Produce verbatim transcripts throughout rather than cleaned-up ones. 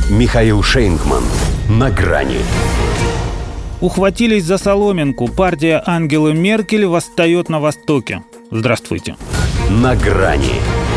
Михаил Шейнгман. На грани. Ухватились за соломинку. Партия Ангелы Меркель восстает на Востоке. Здравствуйте. На грани.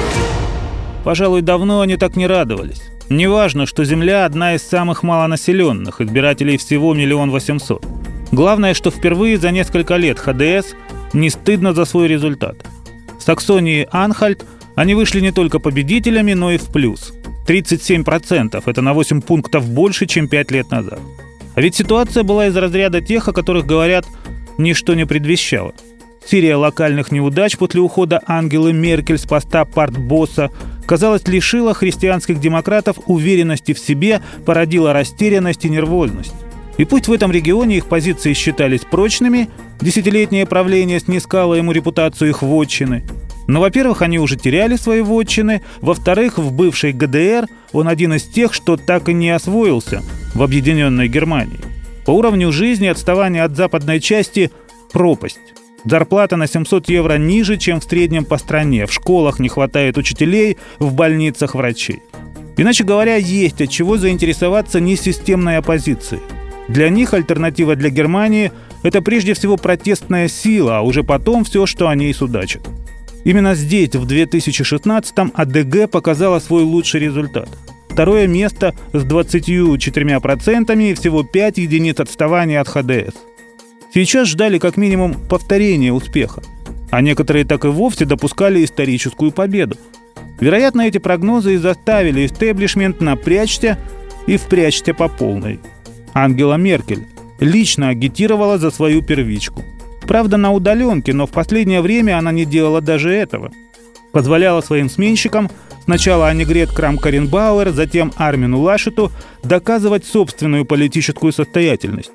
Пожалуй, давно они так не радовались. Неважно, что Земля одна из самых малонаселенных, избирателей всего миллион восемьсот. Главное, что впервые за несколько лет ХДС не стыдно за свой результат. В Саксонии-Анхальт они вышли не только победителями, но и в плюс. тридцать семь процентов – это на восемь пунктов больше, чем пять лет назад. А ведь ситуация была из разряда тех, о которых говорят «ничто не предвещало». Серия локальных неудач после ухода Ангелы Меркель с поста партбосса, казалось, лишила христианских демократов уверенности в себе, породила растерянность и нервозность. И пусть в этом регионе их позиции считались прочными, десятилетнее правление снискало ему репутацию их вотчины. Но, во-первых, они уже теряли свои вотчины, во-вторых, в бывшей ГДР он один из тех, что так и не освоился в объединенной Германии. По уровню жизни отставание от западной части – пропасть. Зарплата на семьсот евро ниже, чем в среднем по стране. В школах не хватает учителей, в больницах врачей. Иначе говоря, есть от чего заинтересоваться несистемной оппозицией. Для них альтернатива для Германии – это прежде всего протестная сила, а уже потом все, что о ней судачат. Именно здесь, в две тысячи шестнадцатом, АДГ показала свой лучший результат. Второе место с двадцатью четырьмя процентами и всего пять единиц отставания от ХДС. Сейчас ждали как минимум повторения успеха, а некоторые так и вовсе допускали историческую победу. Вероятно, эти прогнозы и заставили истеблишмент напрячься и впрячься по полной. Ангела Меркель лично агитировала за свою первичку. Правда, на удаленке, но в последнее время она не делала даже этого. Позволяла своим сменщикам, сначала Аннегрет Крам-Карренбауэр, затем Армину Лашету, доказывать собственную политическую состоятельность.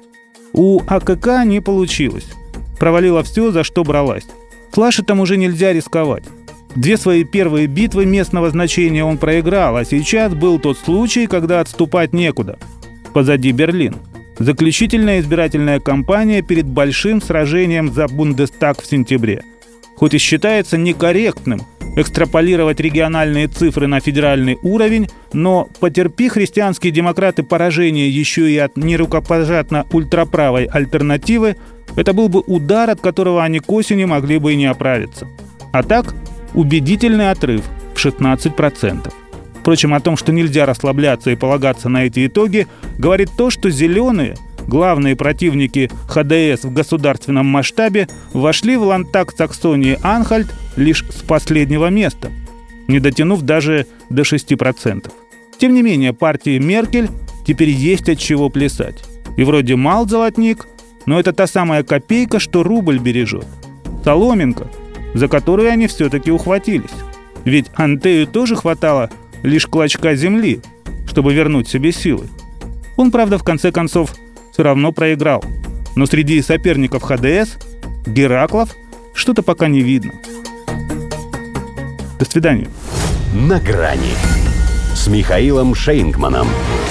У АКК не получилось. Провалила все, за что бралась. С Лашетом уже нельзя рисковать. Две свои первые битвы местного значения он проиграл, а сейчас был тот случай, когда отступать некуда. Позади Берлин. Заключительная избирательная кампания перед большим сражением за Бундестаг в сентябре. Хоть и считается некорректным экстраполировать региональные цифры на федеральный уровень, но потерпи христианские демократы поражение еще и от нерукопожатно-ультраправой альтернативы, это был бы удар, от которого они к осени могли бы и не оправиться. А так, убедительный отрыв в шестнадцать процентов. Впрочем, о том, что нельзя расслабляться и полагаться на эти итоги, говорит то, что зеленые, главные противники ХДС в государственном масштабе, вошли в Ландтаг Саксонии-Анхальт лишь с последнего места, не дотянув даже до шести процентов. Тем не менее, партии Меркель теперь есть от чего плясать. И вроде мал золотник, но это та самая копейка, что рубль бережет. Соломинка, за которую они все-таки ухватились. Ведь Антею тоже хватало лишь клочка земли, чтобы вернуть себе силы. Он, правда, в конце концов все равно проиграл. Но среди соперников ХДС, Гераклов, что-то пока не видно. До свидания. На грани с Михаилом Шейнгманом.